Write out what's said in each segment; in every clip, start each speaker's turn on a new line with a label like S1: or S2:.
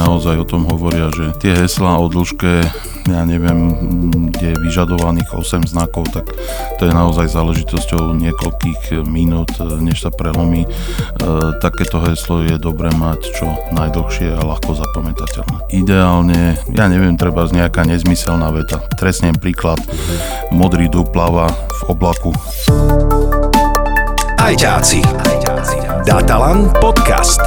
S1: naozaj o tom hovoria, že tie heslá o dĺžke, ja neviem, kde je vyžadovaných 8 znakov, tak to je naozaj záležitosťou niekoľkých minút, než sa prelomí. Takéto heslo je dobré mať čo najdlhšie a ľahko zapamätateľné. Ideálne, ja neviem, treba z nejaká nezmyselná veta. Trestnem príklad, modrý dub pláva v oblaku.
S2: Ajťáci. Datalan podcast.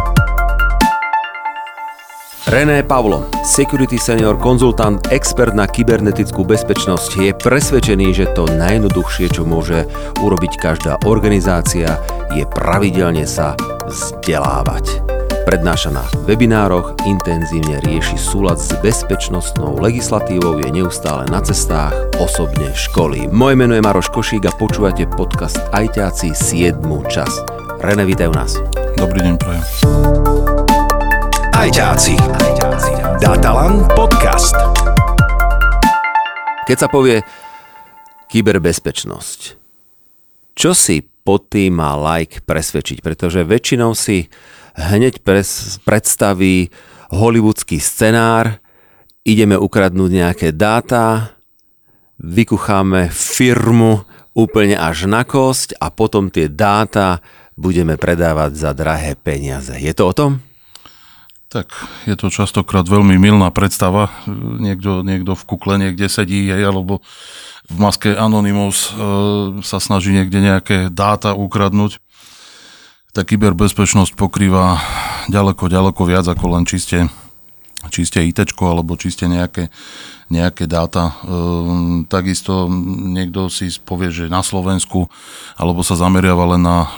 S3: René Pavlo, security senior konzultant, expert na kybernetickú bezpečnosť, je presvedčený, že to najjednoduchšie, čo môže urobiť každá organizácia, je pravidelne sa vzdelávať. Prednáša na webinároch, intenzívne rieši súlad s bezpečnostnou legislatívou, je neustále na cestách, osobne školí. Moje meno je Maroš Košík a počúvate podcast Ajťáci 7. časť. René, vítaj u nás.
S1: Dobrý deň, prajem.
S2: Ajťáci. Datalan podcast.
S3: Keď sa povie kyberbezpečnosť, čo si pod tým má laik presvedčiť? Pretože väčšinou si hneď predstaví hollywoodský scenár, ideme ukradnúť nejaké dáta, vykucháme firmu úplne až na kosť a potom tie dáta budeme predávať za drahé peniaze. Je to o tom?
S1: Tak, je to častokrát veľmi mylná predstava. Niekto v kukle niekde sedí, alebo v maske Anonymous sa snaží niekde nejaké dáta ukradnúť. Tá kyberbezpečnosť pokrýva ďaleko viac ako len čiste ITčko alebo čiste nejaké dáta. Takisto niekto si povie, že na Slovensku, alebo sa zameriava len na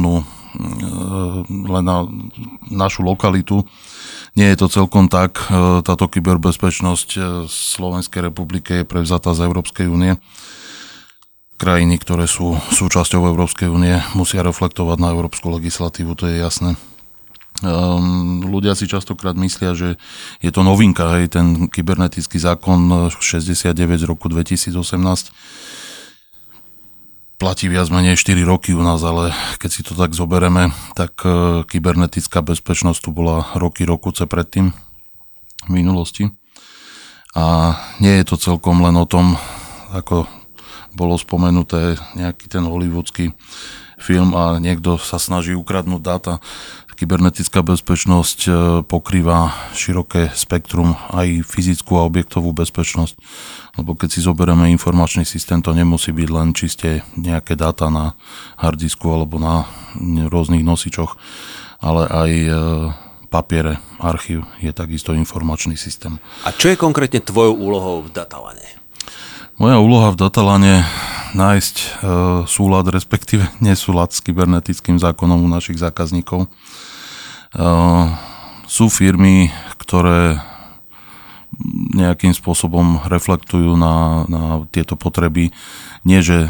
S1: len na našu lokalitu. Nie je to celkom tak. Táto kyberbezpečnosť Slovenskej republiky je prevzatá z Európskej únie. Krajiny, ktoré sú súčasťou Európskej únie, musia reflektovať na európsku legislatívu, to je jasné. Ľudia si častokrát myslia, že je to novinka, hej, ten kybernetický zákon 69 z roku 2018 platí viac menej 4 roky u nás, ale keď si to tak zobereme, tak kybernetická bezpečnosť tu bola rokuce predtým v minulosti. A nie je to celkom len o tom, ako bolo spomenuté, nejaký ten hollywoodský film a niekto sa snaží ukradnúť dáta. Kybernetická bezpečnosť pokrýva široké spektrum, aj fyzickú a objektovú bezpečnosť. Lebo keď si zoberieme informačný systém, to nemusí byť len čiste nejaké dáta na harddisku alebo na rôznych nosičoch, ale aj papiere, archív je takisto informačný systém.
S3: A čo je konkrétne tvojou úlohou v Datalane?
S1: Moja úloha v Datalane nájsť súlad, respektíve nesúlad s kybernetickým zákonom u našich zákazníkov. Sú firmy, ktoré nejakým spôsobom reflektujú na tieto potreby. Nie, že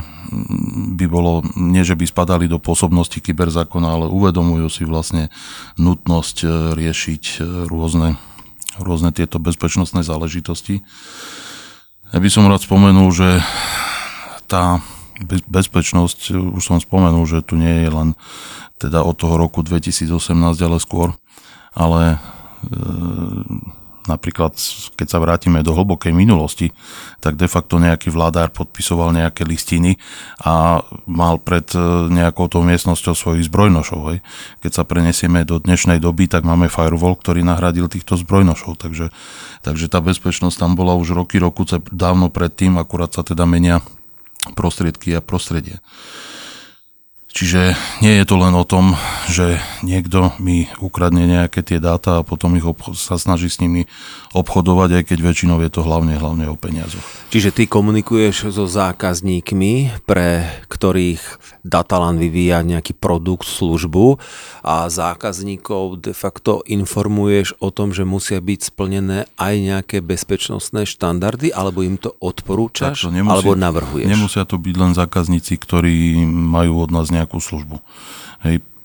S1: by spadali do pôsobnosti kyberzákona, ale uvedomujú si vlastne nutnosť riešiť rôzne tieto bezpečnostné záležitosti. Ja by som rád spomenul, že tá bezpečnosť, už som spomenul, že tu nie je len teda od toho roku 2018, ale skôr, ale napríklad, keď sa vrátime do hlbokej minulosti, tak de facto nejaký vládár podpisoval nejaké listiny a mal pred nejakou tou miestnosťou svojich zbrojnošov. Hej. Keď sa prenesieme do dnešnej doby, tak máme firewall, ktorý nahradil týchto zbrojnošov. Takže tá bezpečnosť tam bola už roky dávno predtým, akurát sa teda menia prostriedky a prostredie. Čiže nie je to len o tom, že niekto mi ukradne nejaké tie dáta a potom sa snaží s nimi obchodovať, aj keď väčšinou je to hlavne o peniazoch.
S3: Čiže ty komunikuješ so zákazníkmi, pre ktorých Datalan vyvíja nejaký produkt, službu a zákazníkov de facto informuješ o tom, že musia byť splnené aj nejaké bezpečnostné štandardy, alebo im to odporúčaš, alebo navrhuješ?
S1: Nemusia to byť len zákazníci, ktorí majú od nás nejakú službu. Hej,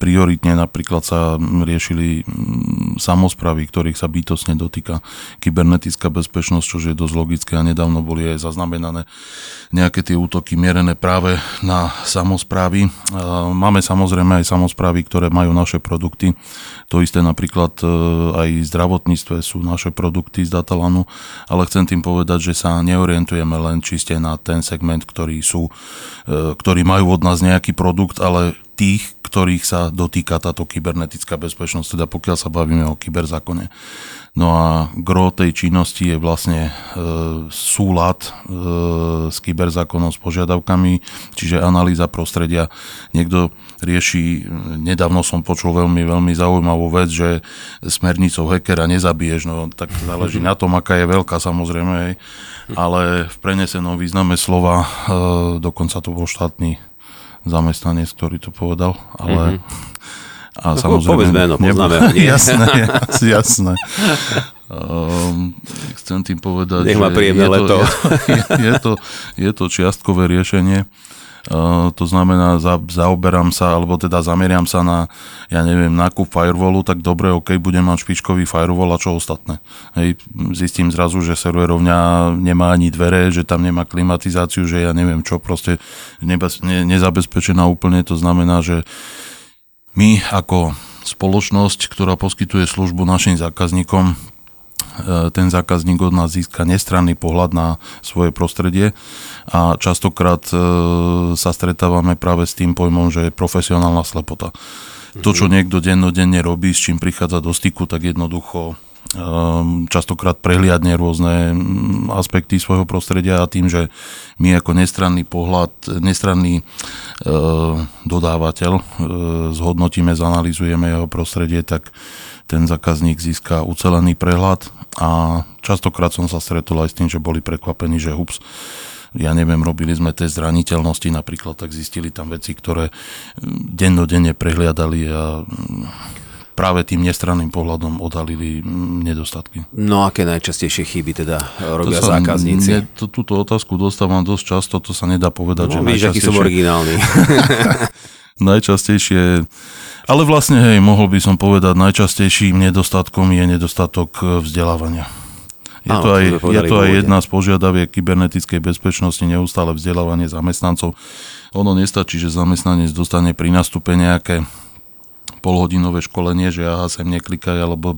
S1: prioritne napríklad sa riešili samosprávy, ktorých sa bytostne dotýka kybernetická bezpečnosť, čo je dosť logické a nedávno boli aj zaznamenané nejaké tie útoky mierené práve na samosprávy. Máme samozrejme aj samosprávy, ktoré majú naše produkty. To isté napríklad aj v zdravotníctve sú naše produkty z Datalanu, ale chcem tým povedať, že sa neorientujeme len čiste na ten segment, ktorí majú od nás nejaký produkt, ale tých, ktorých sa dotýka táto kybernetická bezpečnosť, teda pokiaľ sa bavíme o kyberzákone. No a gro tej činnosti je vlastne súlad s kyberzákonom, s požiadavkami, čiže analýza prostredia. Niekto rieši, nedávno som počul veľmi zaujímavú vec, že smernicou hackera nezabiješ, no tak záleží na tom, aká je veľká samozrejme, ale v prenesenom význame slova, dokonca to bol štátny zamestnanec, ktorý to povedal, ale a samozrejme...
S3: Povedz meno, poznáme ho, nie?
S1: Jasné. Chcem tým povedať,
S3: nech má príjemné leto.
S1: Je to čiastkové riešenie. To znamená, zaoberám sa, alebo teda zameriam sa na, nákup firewallu, tak dobre, budem mať špičkový firewall a čo ostatné. Hej, zistím zrazu, že serverovňa nemá ani dvere, že tam nemá klimatizáciu, že čo, proste nezabezpečená úplne. To znamená, že my ako spoločnosť, ktorá poskytuje službu našim zákazníkom, ten zákazník od nás získa nestranný pohľad na svoje prostredie a častokrát sa stretávame práve s tým pojmom, že je profesionálna slepota. To, čo niekto dennodenne robí, s čím prichádza do styku, tak jednoducho častokrát prehliadne rôzne aspekty svojho prostredia a tým, že my ako nestranný dodávateľ zhodnotíme, zanalýzujeme jeho prostredie, tak ten zákazník získa ucelený prehľad a častokrát som sa stretol aj s tým, že boli prekvapení, že robili sme test zraniteľnosti napríklad, tak zistili tam veci, ktoré dennodenne prehliadali a práve tým nestranným pohľadom odhalili nedostatky.
S3: No aké najčastejšie chyby teda robia zákazníci?
S1: Túto otázku dostávam dosť často, to sa nedá povedať, že
S3: víš, aký som originálny.
S1: Najčastejšie, ale vlastne mohol by som povedať, najčastejším nedostatkom je nedostatok vzdelávania. Je to aj jedna z požiadaviek kybernetickej bezpečnosti, neustále vzdelávanie zamestnancov. Ono nestačí, že zamestnanec dostane pri nastupe nejaké polhodinové školenie, že sem neklikaj, alebo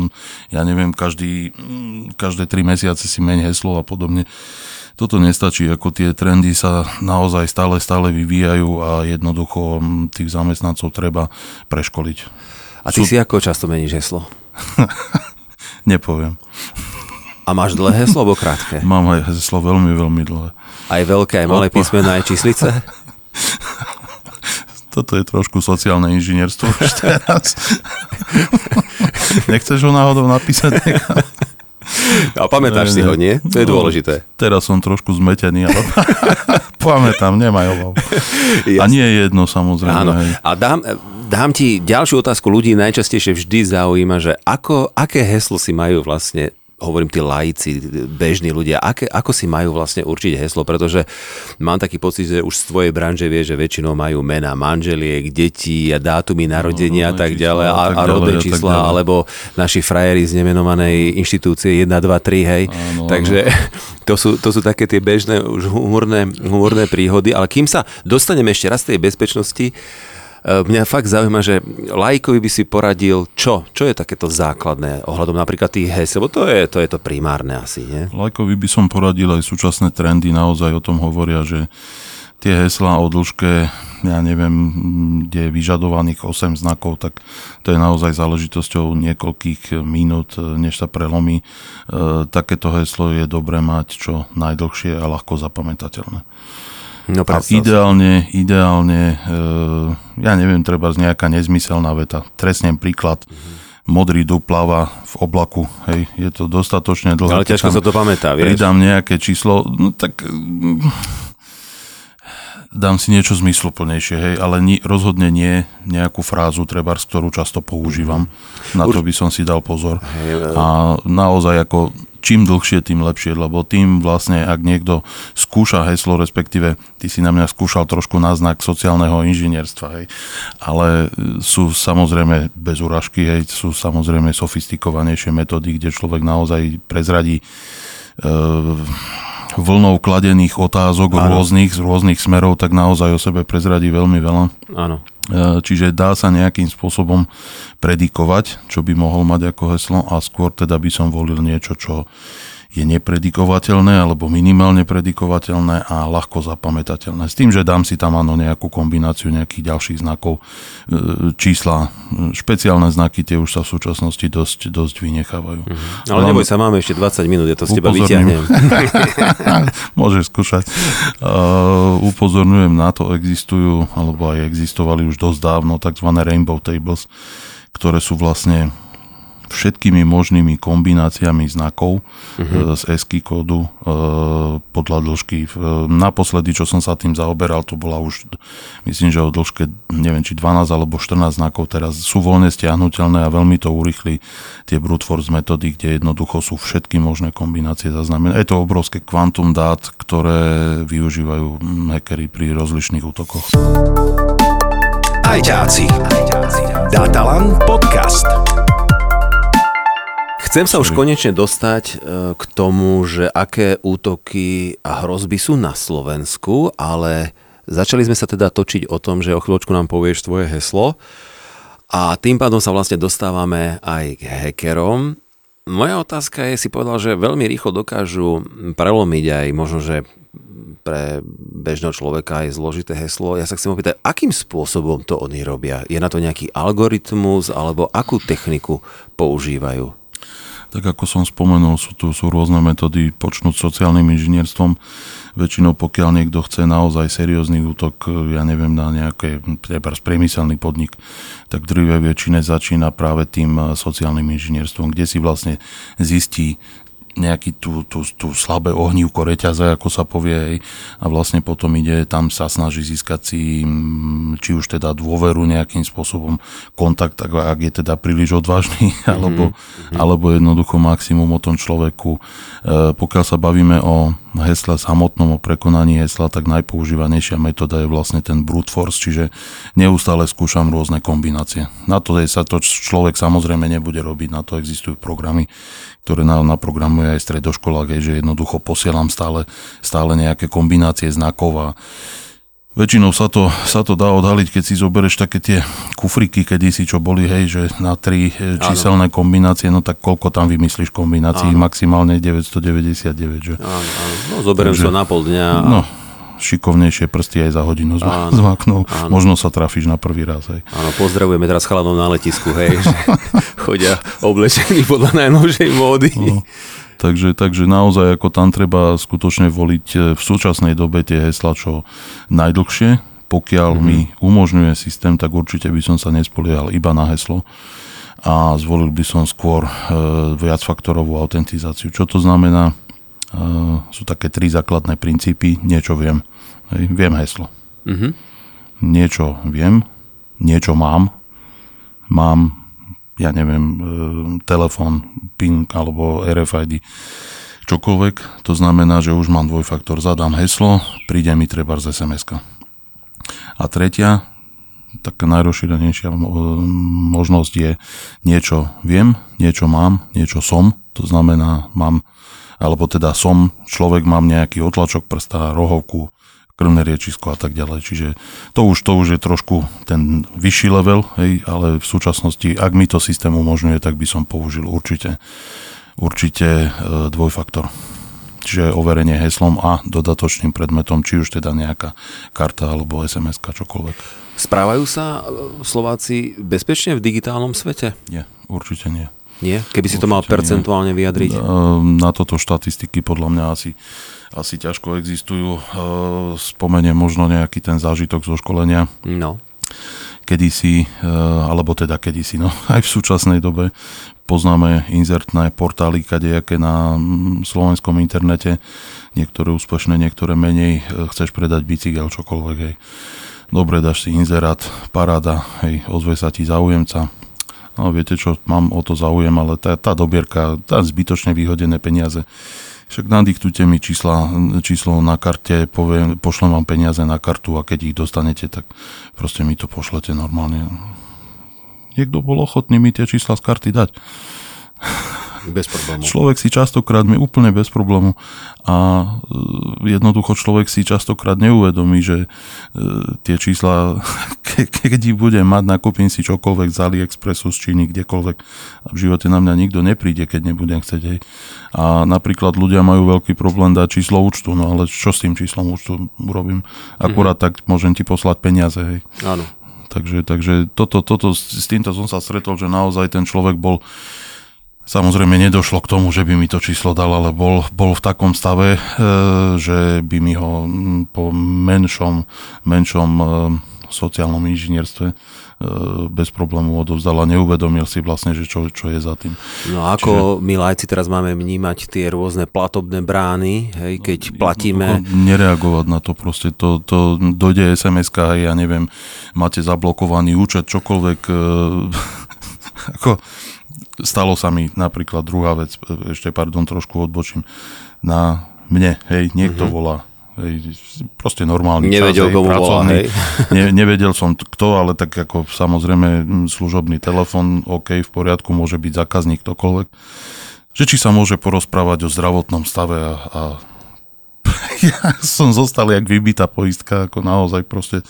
S1: každé 3 mesiace si meň heslo a podobne. Toto nestačí, ako tie trendy sa naozaj stále vyvíjajú a jednoducho tých zamestnancov treba preškoliť.
S3: A ty si ako často meníš heslo?
S1: Nepoviem.
S3: A máš dlhé heslo, alebo krátke?
S1: Mám aj heslo veľmi dlhé. Aj
S3: veľké, aj malé písmená, aj číslice?
S1: Toto je trošku sociálne inžinierstvo už teraz. Nechceš ho náhodou napísať?
S3: A pamätáš si ho, nie? To je dôležité.
S1: Teraz som trošku zmetený, ale pamätám, nemaj obavu. A nie je jedno, samozrejme.
S3: Áno. A dám ti ďalšiu otázku. Ľudí najčastejšie vždy zaujíma, že aké heslo si majú vlastne, hovorím tí laici, bežní ľudia, ako si majú vlastne určiť heslo, pretože mám taký pocit, že už z tvojej branže vie, že väčšinou majú mená manželiek, detí a dátumy narodenia a tak ďalej a rodné čísla, alebo naši frajeri z nemenovanej inštitúcie 1, 2, 3, hej. Áno, takže to sú také tie bežné už humorné príhody, ale kým sa dostaneme ešte raz z tej bezpečnosti, mňa fakt zaujíma, že laikovi by si poradil, čo je takéto základné ohľadom napríklad tých hesiel, lebo to je to primárne asi, nie?
S1: Laikovi by som poradil, aj súčasné trendy naozaj o tom hovoria, že tie heslá o dĺžke, kde je vyžadovaných 8 znakov, tak to je naozaj záležitosťou niekoľkých minút, než sa prelomí. Takéto heslo je dobré mať čo najdlhšie a ľahko zapamätateľné.
S3: No,
S1: a ideálne, treba z nejaká nezmyselná veta. Trestnem príklad. Modrý dub pláva v oblaku. Hej, je to dostatočne dlhé.
S3: Ale ťažko sa to pamätá, vieš?
S1: Pridám nejaké číslo, tak dám si niečo zmysluplnejšie, hej, ale rozhodne nie nejakú frázu, ktorú často používam. Na to by som si dal pozor. A naozaj ako čím dlhšie, tým lepšie, lebo tým vlastne, ak niekto skúša heslo, respektíve ty si na mňa skúšal trošku náznak sociálneho inžinierstva, hej, ale sú samozrejme bez urážky, hej, sú samozrejme sofistikovanejšie metódy, kde človek naozaj prezradí vlnou kladených otázok z rôznych smerov, tak naozaj o sebe prezradí veľmi veľa.
S3: Áno.
S1: Čiže dá sa nejakým spôsobom predikovať, čo by mohol mať ako heslo, a skôr teda by som volil niečo, čo je nepredikovateľné alebo minimálne predikovateľné a ľahko zapamätateľné. S tým, že dám si tam nejakú kombináciu nejakých ďalších znakov, čísla, špeciálne znaky, tie už sa v súčasnosti dosť vynechávajú.
S3: Ale neboj sa, máme ešte 20 minút, ja to z teba vyťahnem.
S1: Môžeš skúšať. Upozorňujem na to, existujú, alebo aj existovali už dosť dávno tzv. Rainbow tables, ktoré sú vlastne všetkými možnými kombináciami znakov z ASCII kódu podľa dĺžky. Naposledy, čo som sa tým zaoberal, to bola už, myslím, že o dĺžke, neviem, či 12 alebo 14 znakov, teraz sú voľne stiahnuteľné a veľmi to urýchli tie brute force metódy, kde jednoducho sú všetky možné kombinácie zaznamené. Je to obrovské kvantum dát, ktoré využívajú hackeri pri rozličných útokoch.
S2: Ajťáci. Datalan podcast.
S3: Chcem sa už konečne dostať k tomu, že aké útoky a hrozby sú na Slovensku, ale začali sme sa teda točiť o tom, že o chvíľočku nám povieš tvoje heslo a tým pádom sa vlastne dostávame aj k hackerom. Moja otázka je, si povedal, že veľmi rýchlo dokážu prelomiť aj možno, že pre bežného človeka je zložité heslo. Ja sa chcem opýtať, akým spôsobom to oni robia? Je na to nejaký algoritmus alebo akú techniku používajú?
S1: Tak ako som spomenul, sú rôzne metódy, počnúť sociálnym inžinierstvom. Väčšinou pokiaľ niekto chce naozaj seriózny útok, ja neviem, na nejaké priemyselný podnik, tak v drvivej väčšine začína práve tým sociálnym inžinierstvom, kde si vlastne zistí nejaký tú slabé ohnívko reťaze, ako sa povie, hej, a vlastne potom ide, tam sa snaží získať si či už teda dôveru nejakým spôsobom, kontakt, ak je teda príliš odvážny, alebo jednoducho maximum o tom človeku. Pokiaľ sa bavíme o hesle samotnom, o prekonaní hesla, tak najpoužívanejšia metóda je vlastne ten brute force, čiže neustále skúšam rôzne kombinácie. Na to sa to človek samozrejme nebude robiť, na to existujú programy, ktoré naprogramuje aj stredoškolák, že jednoducho posielam stále nejaké kombinácie znakov a väčšinou sa to dá odhaliť, keď si zoberieš také tie kufriky kedysi, čo boli, hej, že na 3 číselné kombinácie, no tak koľko tam vymyslíš kombinácií? Maximálne 999, že?
S3: Áno. No zoberiem sa na pol dňa.
S1: No, šikovnejšie prsty aj za hodinu zmaknú. Možno sa trafíš na prvý raz, hej.
S3: Áno, pozdravujeme teraz chalanov na letisku, hej, že chodia oblečení podľa najnovšej módy.
S1: No. Takže naozaj ako tam treba skutočne voliť v súčasnej dobe tie heslá čo najdlhšie. Pokiaľ mi umožňuje systém, tak určite by som sa nespoliehal iba na heslo a zvolil by som skôr viacfaktorovú autentizáciu. Čo to znamená? Sú také 3 základné princípy. Niečo viem. Viem heslo. Niečo viem. Niečo mám. Mám, ja neviem, telefón, PIN alebo RFID, čokoľvek. To znamená, že už mám dvojfaktor. Zadám heslo, príde mi trebárs SMS-ka. A tretia, taká najrozšírenejšia možnosť je niečo viem, niečo mám, niečo som. To znamená, mám, alebo teda som človek, mám nejaký otlačok prsta, rohovku, krvné riečisko a tak ďalej. Čiže to už je trošku ten vyšší level, hej, ale v súčasnosti, ak mi to systém umožňuje, tak by som použil určite dvojfaktor. Čiže overenie heslom a dodatočným predmetom, či už teda nejaká karta alebo SMS-ka, čokoľvek.
S3: Správajú sa Slováci bezpečne v digitálnom svete?
S1: Nie, určite nie.
S3: Nie? Keby si to mal percentuálne vyjadriť?
S1: Na toto štatistiky podľa mňa asi ťažko existujú. Spomeniem možno nejaký ten zážitok zo školenia.
S3: No.
S1: Kedysi, aj v súčasnej dobe poznáme inzertné portály kadejaké na slovenskom internete. Niektoré úspešné, niektoré menej. Chceš predať bicykel, čokoľvek, hej. Dobre, dáš si inzerát, paráda, hej, ozve sa ti záujemca. no viete čo, mám o to záujem, ale tá dobierka, tá zbytočne vyhodené peniaze. Však nadiktujte mi číslo na karte, pošlem vám peniaze na kartu a keď ich dostanete, tak proste mi to pošlete normálne. Niekto bol ochotný mi tie čísla z karty dať.
S3: Bez problémov.
S1: Človek si častokrát mi úplne bez problému a jednoducho človek si častokrát neuvedomí, že tie čísla, keď ich budem mať, nakúpim si čokoľvek z AliExpressu, z Číny, kdekoľvek a v živote na mňa nikto nepríde, keď nebudem chcieť. Hej. A napríklad ľudia majú veľký problém dať číslo účtu, no ale čo s tým číslom účtu urobím? Akurát tak môžem ti poslať peniaze. Hej.
S3: Áno.
S1: Takže s týmto som sa stretol, že naozaj ten človek bol. Samozrejme nedošlo k tomu, že by mi to číslo dal, ale bol v takom stave, že by mi ho po menšom sociálnom inžinierstve bez problému odovzdal a neuvedomil si vlastne, že čo je za tým.
S3: No ako my lajci teraz máme vnímať tie rôzne platobné brány, hej, keď platíme...
S1: Nereagovať na to proste, to dojde SMS-ka, ja neviem, máte zablokovaný účet, čokoľvek, ako... Stalo sa mi napríklad druhá vec, trošku odbočím, na mne, hej, niekto volá, hej, proste normálny
S3: nevedel,
S1: čas, hej, pracovný, nevedel som kto, ale tak ako samozrejme služobný telefon, OK, v poriadku, môže byť zákazník ktokoľvek, že či sa môže porozprávať o zdravotnom stave a ja som zostal jak vybitá poistka, ako naozaj proste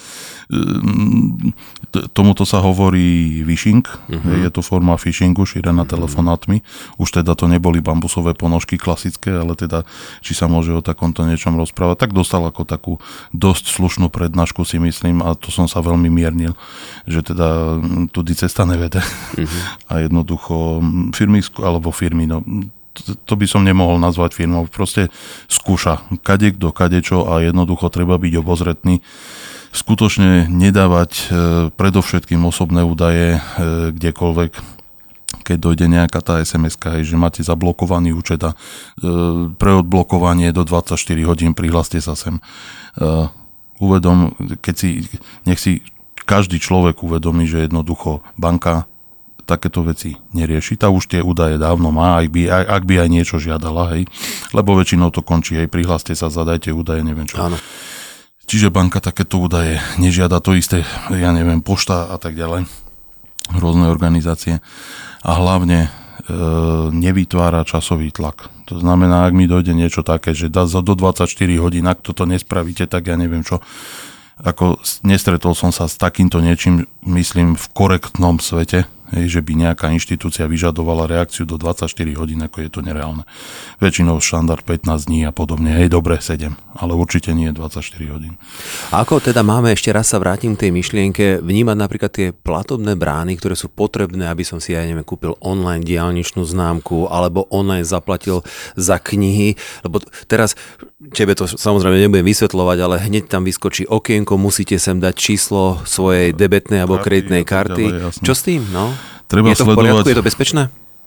S1: tomuto sa hovorí phishing, je to forma phishingu šírená telefonátmi, už teda to neboli bambusové ponožky klasické, ale teda či sa môže o takomto niečom rozprávať, tak dostal ako takú dosť slušnú prednášku si myslím a to som sa veľmi miernil, že teda tudy cesta nevede a jednoducho firmy, no to by som nemohol nazvať firmou, proste skúša kadekto, kadečo a jednoducho treba byť obozretný. Skutočne nedávať predovšetkým osobné údaje kdekoľvek, keď dojde nejaká tá SMS-ka, že máte zablokovaný účet a preodblokovanie do 24 hodín, prihláste sa sem. Nech si každý človek uvedomí, že jednoducho banka takéto veci nerieši. Tá už tie údaje dávno má, ak by aj niečo žiadala, hej. Lebo väčšinou to končí, hej, prihláste sa, zadajte údaje, neviem čo.
S3: Áno.
S1: Čiže banka takéto údaje nežiada, to isté, ja neviem, pošta a tak ďalej. Rôzne organizácie. A hlavne nevytvára časový tlak. To znamená, ak mi dojde niečo také, že do 24 hodín, ak toto nespravíte, tak ja neviem čo. Ako nestretol som sa s takýmto niečím, myslím, v korektnom svete, že by nejaká inštitúcia vyžadovala reakciu do 24 hodín, ako je to nereálne. Väčšinou štandard 15 dní a podobne. Hej, dobre, 7, ale určite nie 24 hodín.
S3: A ako teda máme, ešte raz sa vrátim k tej myšlienke, vnímať napríklad tie platobné brány, ktoré sú potrebné, aby som si, ja neviem, kúpil online diaľničnú známku, alebo online zaplatil za knihy, lebo teraz tebe to samozrejme nebudem vysvetľovať, ale hneď tam vyskočí okienko, musíte sem dať číslo svojej debetnej alebo kreditnej karty. Čo s tým? No?
S1: Treba
S3: je to v poriadku? Je to bezpečné?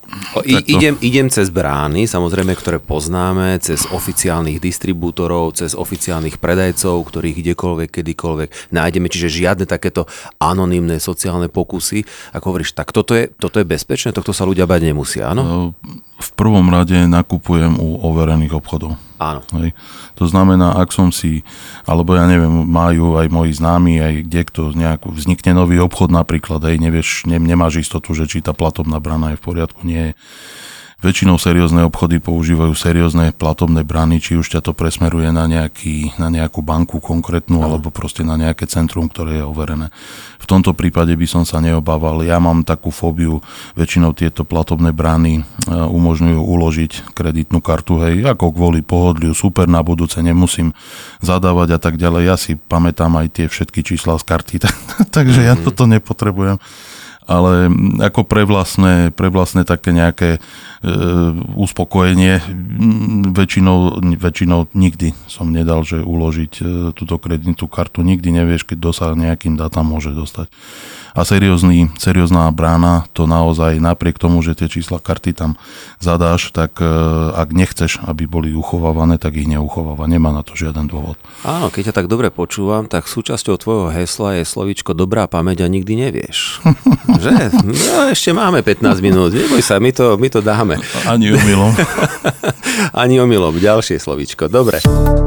S3: Idem cez brány, samozrejme, ktoré poznáme, cez oficiálnych distribútorov, cez oficiálnych predajcov, ktorých kdekoľvek, kedykoľvek nájdeme, čiže žiadne takéto anonymné sociálne pokusy. Ako hovoríš, tak toto je bezpečné? Tohto sa ľudia bať nemusia, áno?
S1: V prvom rade nakupujem u overených obchodov.
S3: Áno.
S1: Hej. To znamená, ak som si, alebo ja neviem, majú aj moji známi, aj kdekto vznikne nový obchod napríklad, hej, nemáš istotu, že či tá platobná brana je v poriadku, nie je. Väčšinou seriózne obchody používajú seriózne platobné brany, či už ťa to presmeruje na nejakú banku konkrétnu, alebo proste na nejaké centrum, ktoré je overené. V tomto prípade by som sa neobával. Ja mám takú fóbiu, väčšinou tieto platobné brány umožňujú uložiť kreditnú kartu, hej, ako kvôli pohodliu, super, na budúce nemusím zadávať a tak ďalej. Ja si pamätám aj tie všetky čísla z karty, takže ja toto nepotrebujem. Ale ako pre vlastné také nejaké uspokojenie väčšinou nikdy som nedal, že uložiť túto kreditnú kartu. Nikdy nevieš, keď sa nejakým dátam môže dostať. A seriózna brána, to naozaj napriek tomu, že tie čísla karty tam zadáš, tak ak nechceš, aby boli uchovávané, tak ich neuchováva. Nemá na to žiaden dôvod.
S3: Áno, keď ťa tak dobre počúvam, tak súčasťou tvojho hesla je slovíčko dobrá pamäť a nikdy nevieš. Že? No, ešte máme 15 minút, neboj sa, my to dáme.
S1: Ani omylom.
S3: Ani omylom, ďalšie slovíčko, dobre.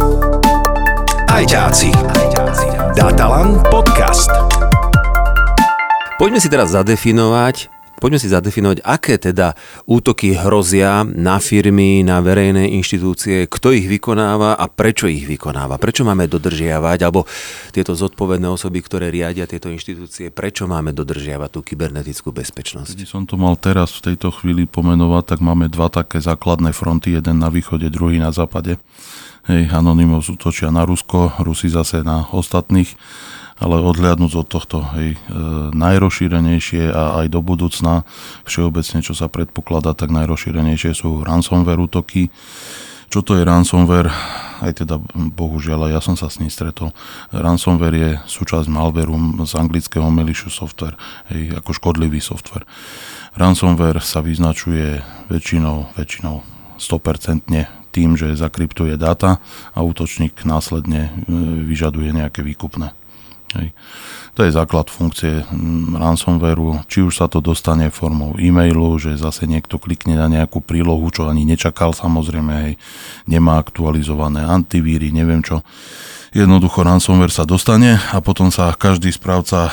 S2: Ajťáci. Datalan podcast.
S3: Poďme si zadefinovať, aké teda útoky hrozia na firmy, na verejné inštitúcie, kto ich vykonáva a prečo ich vykonáva. Prečo máme dodržiavať, alebo tieto zodpovedné osoby, ktoré riadia tieto inštitúcie, prečo máme dodržiavať tú kybernetickú bezpečnosť?
S1: Keď som to mal teraz v tejto chvíli pomenovať, tak máme dva také základné fronty, jeden na východe, druhý na západe. Anonymous útočia na Rusko, Rusi zase na ostatných. Ale odhliadnúť od tohto, najrozšírenejšie a aj do budúcna všeobecne, čo sa predpokladá, tak najrozšírenejšie sú ransomware útoky. Čo to je ransomware? Aj teda, bohužiaľ, ja som sa s ním stretol. Ransomware je súčasť malwareu, z anglického malicious software, ako škodlivý software. Ransomware sa vyznačuje väčšinou 100% tým, že zakryptuje dáta a útočník následne vyžaduje nejaké výkupné. To je základ funkcie ransomwareu, či už sa to dostane formou e-mailu, že zase niekto klikne na nejakú prílohu, čo ani nečakal, samozrejme, nemá aktualizované antivíry, neviem čo. Jednoducho ransomware sa dostane a potom sa každý správca,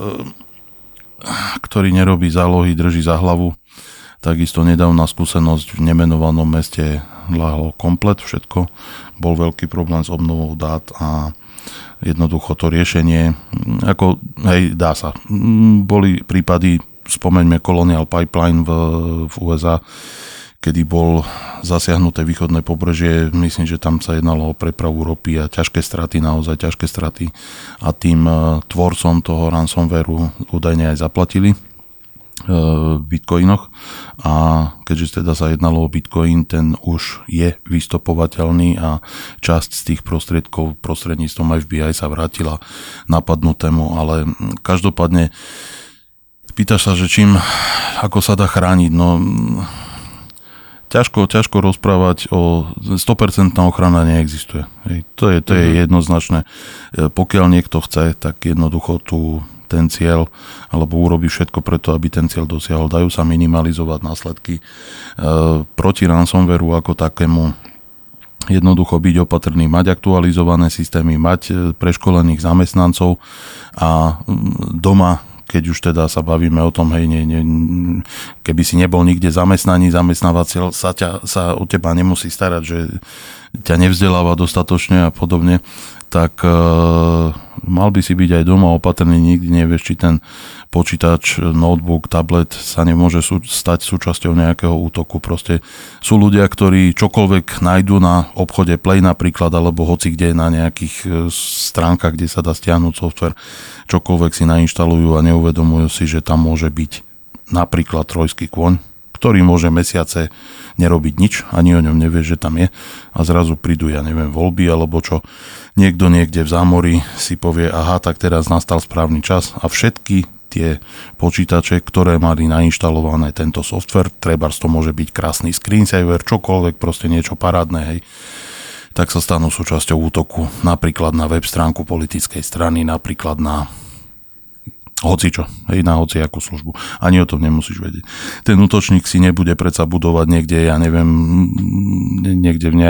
S1: ktorý nerobí zálohy, drží za hlavu. Takisto nedávna skúsenosť v nemenovanom meste ľahlo komplet všetko. Bol veľký problém s obnovou dát a jednoducho to riešenie, dá sa. Boli prípady, spomeňme Colonial Pipeline v USA, kedy bol zasiahnuté východné pobrežie, myslím, že tam sa jednalo o prepravu ropy a naozaj ťažké straty a tým tvorcom toho ransomwareu údajne aj zaplatili v bitcoinoch a keďže teda sa jednalo o bitcoin, ten už je vystopovateľný a časť z tých prostriedkov prostredníctvom FBI sa vrátila napadnutému, ale každopádne pýtaš sa, že ako sa dá chrániť, no ťažko rozprávať o 100% ochrana neexistuje. To je jednoznačné. Pokiaľ niekto chce, tak jednoducho ten cieľ, alebo urobí všetko preto, aby ten cieľ dosiahol. Dajú sa minimalizovať následky proti ransomwareu ako takému. Jednoducho byť opatrný, mať aktualizované systémy, mať preškolených zamestnancov a doma, keď už teda sa bavíme o tom, keby si nebol nikde zamestnaný, zamestnávateľ sa o teba nemusí starať, že ťa nevzdeláva dostatočne a podobne, tak mal by si byť aj doma opatrný, nikdy nevieš, či ten počítač, notebook, tablet sa nemôže stať súčasťou nejakého útoku. Proste sú ľudia, ktorí čokoľvek nájdú na obchode Play napríklad, alebo hoci kde na nejakých stránkach, kde sa dá stiahnuť software, čokoľvek si nainštalujú a neuvedomujú si, že tam môže byť napríklad trojský kôň, ktorý môže mesiace nerobiť nič, ani o ňom nevie, že tam je a zrazu prídu, voľby alebo čo. Niekto niekde v zámori si povie, aha, tak teraz nastal správny čas a všetky tie počítače, ktoré mali nainštalované tento software, trebárs to môže byť krásny screensaver, čokoľvek, proste niečo parádne, tak sa stanú súčasťou útoku napríklad na web stránku politickej strany, napríklad na hocičo, na hociakú službu. Ani o tom nemusíš vedieť. Ten útočník si nebude predsa budovať niekde, niekde v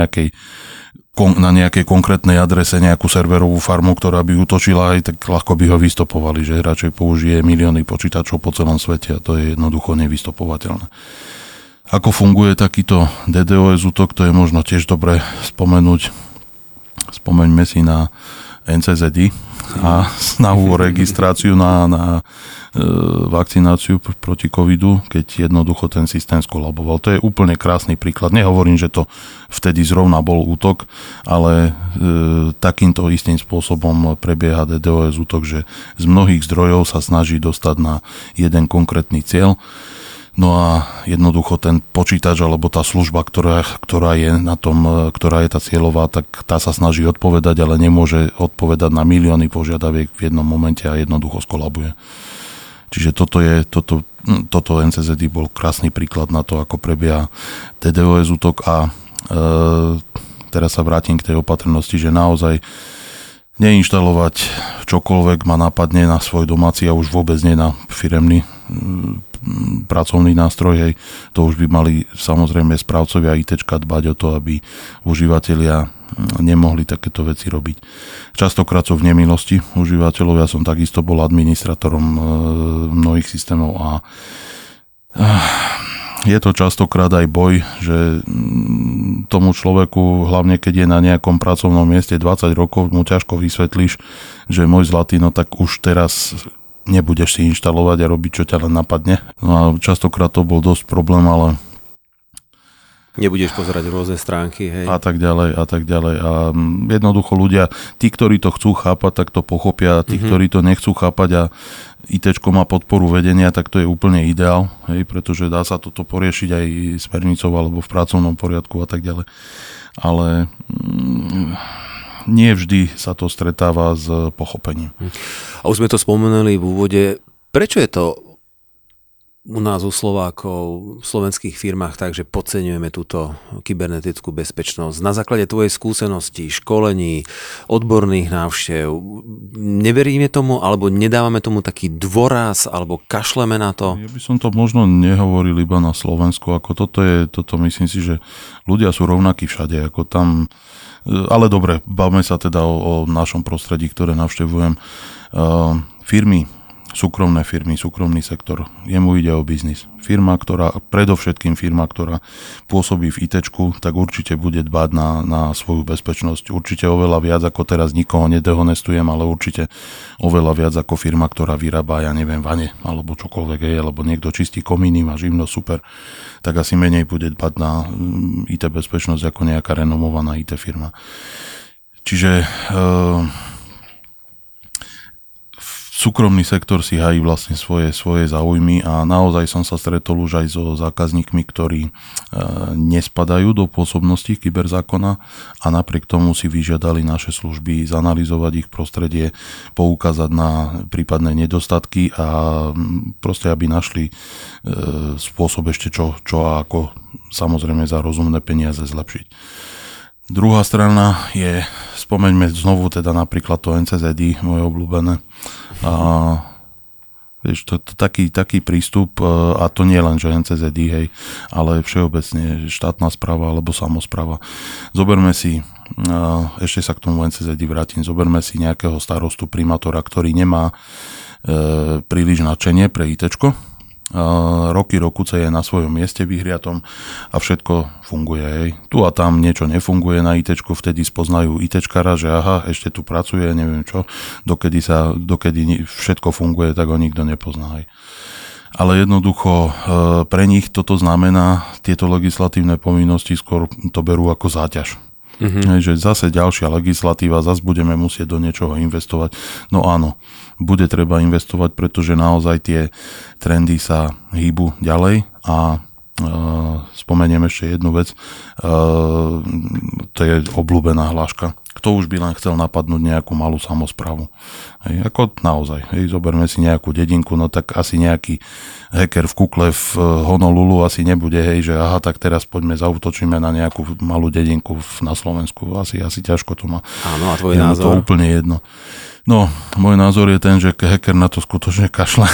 S1: na nejakej konkrétnej adrese nejakú serverovú farmu, ktorá by útočila, aj tak ľahko by ho vystopovali, že radšej použije milióny počítačov po celom svete a to je jednoducho nevystopovateľné. Ako funguje takýto DDoS útok, to je možno tiež dobre spomenúť. Spomeňme si na NCZD a snahu o registráciu na vakcináciu proti covidu, keď jednoducho ten systém skolaboval. To je úplne krásny príklad. Nehovorím, že to vtedy zrovna bol útok, ale takýmto istým spôsobom prebieha DDoS útok, že z mnohých zdrojov sa snaží dostať na jeden konkrétny cieľ. No a jednoducho ten počítač alebo tá služba, ktorá je na tom, ktorá je tá cieľová, tak tá sa snaží odpovedať, ale nemôže odpovedať na milióny požiadaviek v jednom momente a jednoducho skolabuje. Čiže toto NCZD bol krásny príklad na to, ako prebieha DDoS útok a teraz sa vrátim k tej opatrnosti, že naozaj neinštalovať čokoľvek ma napadne na svoj domáci a už vôbec nie na firemný pracovný nástroj. Hej. To už by mali samozrejme správcovia ITčka dbať o to, aby užívateľia nemohli takéto veci robiť. Častokrát sú v nemilosti užívateľov. Ja som takisto bol administratorom mnohých systémov a je to častokrát aj boj, že tomu človeku, hlavne keď je na nejakom pracovnom mieste 20 rokov, mu ťažko vysvetlíš, že môj zlatý, no tak už teraz nebudeš si inštalovať a robiť, čo ťa len napadne. No a častokrát to bol dosť problém, ale
S3: nebudeš pozerať rôzne stránky, hej.
S1: A tak ďalej, a tak ďalej. A jednoducho ľudia, tí, ktorí to chcú chápať, tak to pochopia. Tí, ktorí to nechcú chápať a ITčko má podporu vedenia, tak to je úplne ideál, hej, pretože dá sa toto poriešiť aj smernicou alebo v pracovnom poriadku a tak ďalej. Ale nie vždy sa to stretáva s pochopením.
S3: A už sme to spomenuli v úvode. Prečo je to u nás, u Slovákov, v slovenských firmách tak, že podceňujeme túto kybernetickú bezpečnosť? Na základe tvojej skúsenosti, školení, odborných návštev, neveríme tomu, alebo nedávame tomu taký dôraz, alebo kašleme na to?
S1: Ja by som to možno nehovoril iba na Slovensku, ako toto myslím si, že ľudia sú rovnakí všade, ako tam, ale dobre, bavme sa teda o našom prostredí, ktoré navštevujem. Firmy, súkromné firmy, súkromný sektor, jemu ide o biznis. Predovšetkým firma, ktorá pôsobí v ITčku, tak určite bude dbať na svoju bezpečnosť. Určite oveľa viac ako teraz, nikoho nedehonestujem, ale určite oveľa viac ako firma, ktorá vyrába, ja neviem, vane, alebo čokoľvek, alebo niekto čistí komíny, má živnosť, super, tak asi menej bude dbať na IT bezpečnosť ako nejaká renomovaná IT firma. Čiže súkromný sektor si hájí vlastne svoje záujmy a naozaj som sa stretol už aj so zákazníkmi, ktorí nespadajú do pôsobnosti kyberzákona a napriek tomu si vyžiadali naše služby zanalyzovať ich prostredie, poukázať na prípadné nedostatky a proste aby našli spôsob ešte čo a ako samozrejme za rozumné peniaze zlepšiť. Druhá strana je, spomeňme znovu teda napríklad to NCZD, moje obľúbené. A vieš, to taký prístup, a to nie len, že NCZD, hej, ale všeobecne štátna správa alebo samospráva. Zoberme si, ešte sa k tomu NCZD vrátim, zoberme si nejakého starostu, primátora, ktorý nemá príliš nadšenie pre ITčko. Rokuce je na svojom mieste vyhriatom a všetko funguje. Hej. Tu a tam niečo nefunguje na ITčku, vtedy spoznajú ITčkara, že aha, ešte tu pracuje, neviem čo, dokedy všetko funguje, tak ho nikto nepozná. Hej. Ale jednoducho pre nich toto znamená, tieto legislatívne povinnosti skôr to berú ako záťaž. Že zase ďalšia legislatíva, zase budeme musieť do niečoho investovať. No áno, bude treba investovať, pretože naozaj tie trendy sa hýbu ďalej a spomeniem ešte jednu vec, to je obľúbená hláška. Kto už by len chcel napadnúť nejakú malú samosprávu? Hej, ako naozaj, zoberme si nejakú dedinku, no tak asi nejaký hacker v Kukle v Honolulu asi nebude, že aha, tak teraz poďme zaútočíme na nejakú malú dedinku na Slovensku. Asi ťažko to má.
S3: Áno, a tvoj názor?
S1: To úplne jedno. No, môj názor je ten, že hacker na to skutočne kašle.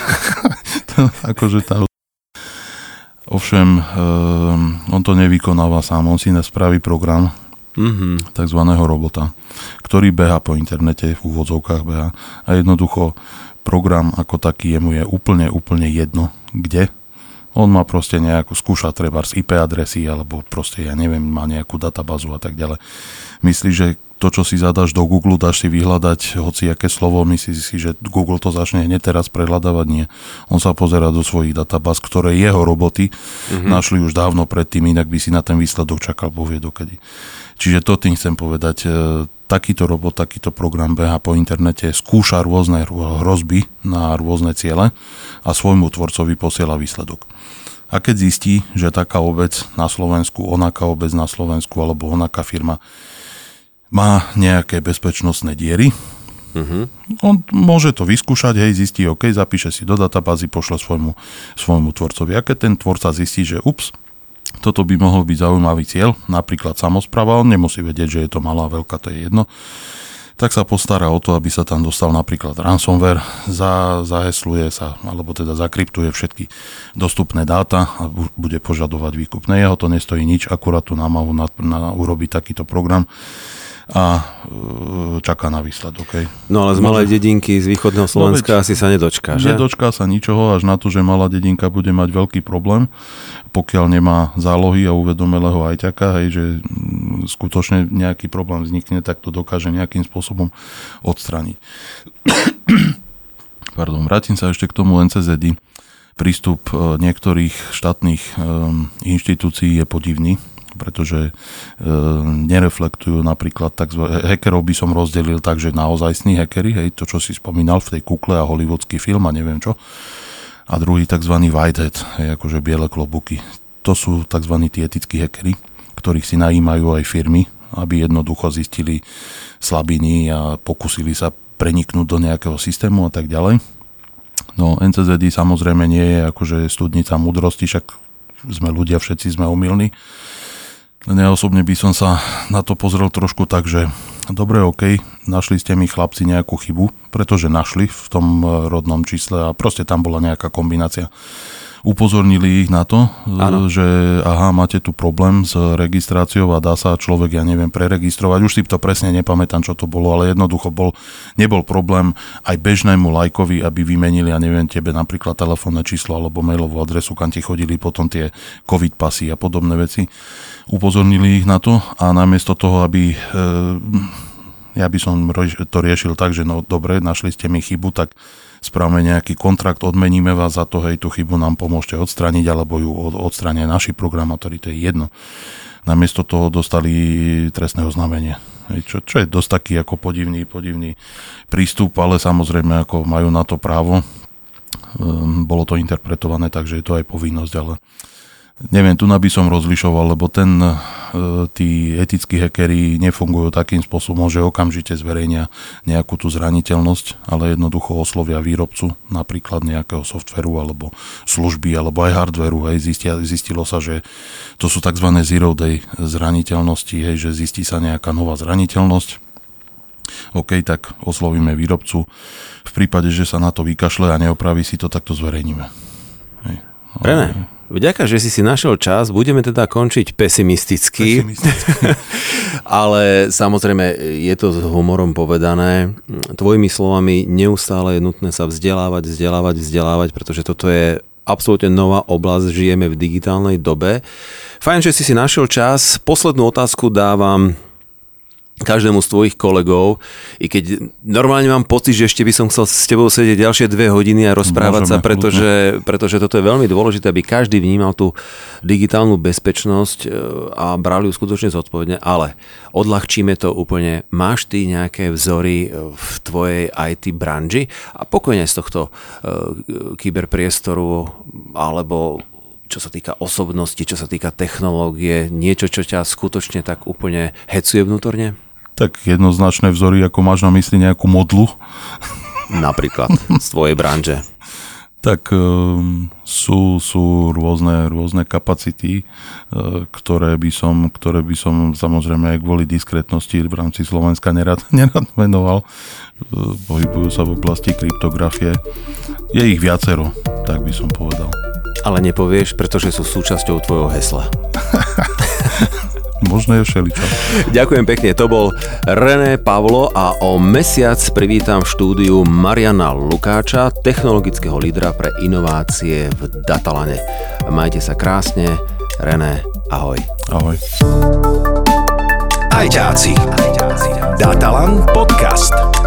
S1: Akože tam. Ovšem, on to nevykonáva sám, on si spraví program, takzvaného robota, ktorý beha po internete, v úvodzovkách beha a jednoducho program ako taký jemu je úplne jedno, kde. On má proste nejakú, skúša trebárs IP adresy alebo proste, ja neviem, má nejakú databázu a tak ďalej. Myslíš, že to, čo si zadáš do Google, dáš si vyhľadať hociaké slovo, myslíš si, že Google to začne hneď teraz prehľadávať? Nie. On sa pozerá do svojich databáz, ktoré jeho roboty našli už dávno predtým, inak by si na ten výsledok čakal Boh vie dokedy. Čiže to tým chcem povedať, takýto robot, takýto program beha po internete, skúša rôzne hrozby na rôzne ciele a svojmu tvorcovi posiela výsledok. A keď zistí, že taká obec na Slovensku, onaká obec na Slovensku alebo onaká firma má nejaké bezpečnostné diery, On môže to vyskúšať, zistí, OK, zapíše si do databázy, pošle svojmu tvorcovi. A keď ten tvorca zistí, že toto by mohol byť zaujímavý cieľ, napríklad samospráva, on nemusí vedieť, že je to malá, veľká, to je jedno, tak sa postará o to, aby sa tam dostal napríklad ransomware, zahesluje sa, alebo teda zakryptuje všetky dostupné dáta a bude požadovať výkupné. Jeho to nestojí nič, akurát tú námahu urobiť takýto program a čaká na výsledok. Okay?
S3: No ale z malej dedinky z východného Slovenska asi sa nedočká, že?
S1: Nedočká sa ničoho, až na to, že malá dedinka bude mať veľký problém, pokiaľ nemá zálohy a uvedomelého ajťaka, že skutočne nejaký problém vznikne, tak to dokáže nejakým spôsobom odstrániť. Vrátim sa ešte k tomu NCZD. Prístup niektorých štátnych inštitúcií je podivný, pretože nereflektujú napríklad hackerov by som rozdelil tak, že naozajstní hackeri, to čo si spomínal v tej kukle a hollywoodský film a neviem čo, a druhý tzv. Whitehead, akože biele klobuky. To sú tzv. Tí etickí hackeri, ktorých si najímajú aj firmy, aby jednoducho zistili slabiny a pokúsili sa preniknúť do nejakého systému a tak ďalej. No NCZD samozrejme nie je akože studnica múdrosti, však sme ľudia, všetci sme omylní. Ja osobne by som sa na to pozrel trošku tak, že dobre, OK, našli ste mi chlapci nejakú chybu, pretože našli v tom rodnom čísle a proste tam bola nejaká kombinácia. Upozornili ich na to, že máte tu problém s registráciou a dá sa človek, preregistrovať. Už si to presne nepamätám, čo to bolo, ale jednoducho nebol problém aj bežnému lajkovi, aby vymenili, tebe napríklad telefónne číslo alebo mailovú adresu, kam ti chodili potom tie covid pasy a podobné veci. Upozornili ich na to a namiesto toho, aby ja by som to riešil tak, že no dobre, našli ste mi chybu, tak spravme nejaký kontrakt, odmeníme vás za to, tú chybu nám pomôžte odstrániť, alebo ju odstránia naši programátori, to je jedno. Namiesto toho dostali trestné oznámenie. Čo je dosť taký ako podivný prístup, ale samozrejme ako majú na to právo. Bolo to interpretované, takže je to aj povinnosť, ale neviem, tu by som rozlišoval, lebo tí etickí hackeri nefungujú takým spôsobom, že okamžite zverejnia nejakú tú zraniteľnosť, ale jednoducho oslovia výrobcu napríklad nejakého softveru alebo služby, alebo aj hardveru. Zistilo sa, že to sú tzv. Zero day zraniteľnosti, že zistí sa nejaká nová zraniteľnosť. OK, tak oslovíme výrobcu. V prípade, že sa na to vykašle a neopraví si to, tak to zverejníme.
S3: René, vďaka, že si našiel čas, budeme teda končiť pesimisticky. Ale samozrejme je to s humorom povedané. Tvojimi slovami neustále je nutné sa vzdelávať, pretože toto je absolútne nová oblasť, žijeme v digitálnej dobe. Fajn, že si našiel čas. Poslednú otázku dávam každému z tvojich kolegov, i keď normálne mám pocit, že ešte by som chcel s tebou sedieť ďalšie 2 hodiny a rozprávať sa, pretože toto je veľmi dôležité, aby každý vnímal tú digitálnu bezpečnosť a bral ju skutočne zodpovedne, ale odľahčíme to úplne. Máš ty nejaké vzory v tvojej IT branži a pokojne z tohto kyberpriestoru alebo čo sa týka osobnosti, čo sa týka technológie, niečo, čo ťa skutočne tak úplne hecuje vnútorne?
S1: Tak jednoznačné vzory, ako máš na mysli nejakú modlu.
S3: Napríklad z tvojej branže.
S1: Tak sú rôzne kapacity, ktoré by som samozrejme aj kvôli diskrétnosti v rámci Slovenska nerad menoval. Pohybujú sa v oblasti kryptografie. Je ich viacero, tak by som povedal.
S3: Ale nepovieš, pretože sú súčasťou tvojho hesla.
S1: Možno je všeličo.
S3: Ďakujem pekne, to bol René Pavlo a o mesiac privítam v štúdiu Mariana Lukáča, technologického lídra pre inovácie v Datalane. Majte sa krásne, René, ahoj.
S1: Ahoj.
S2: Ajťáci. Datalan podcast.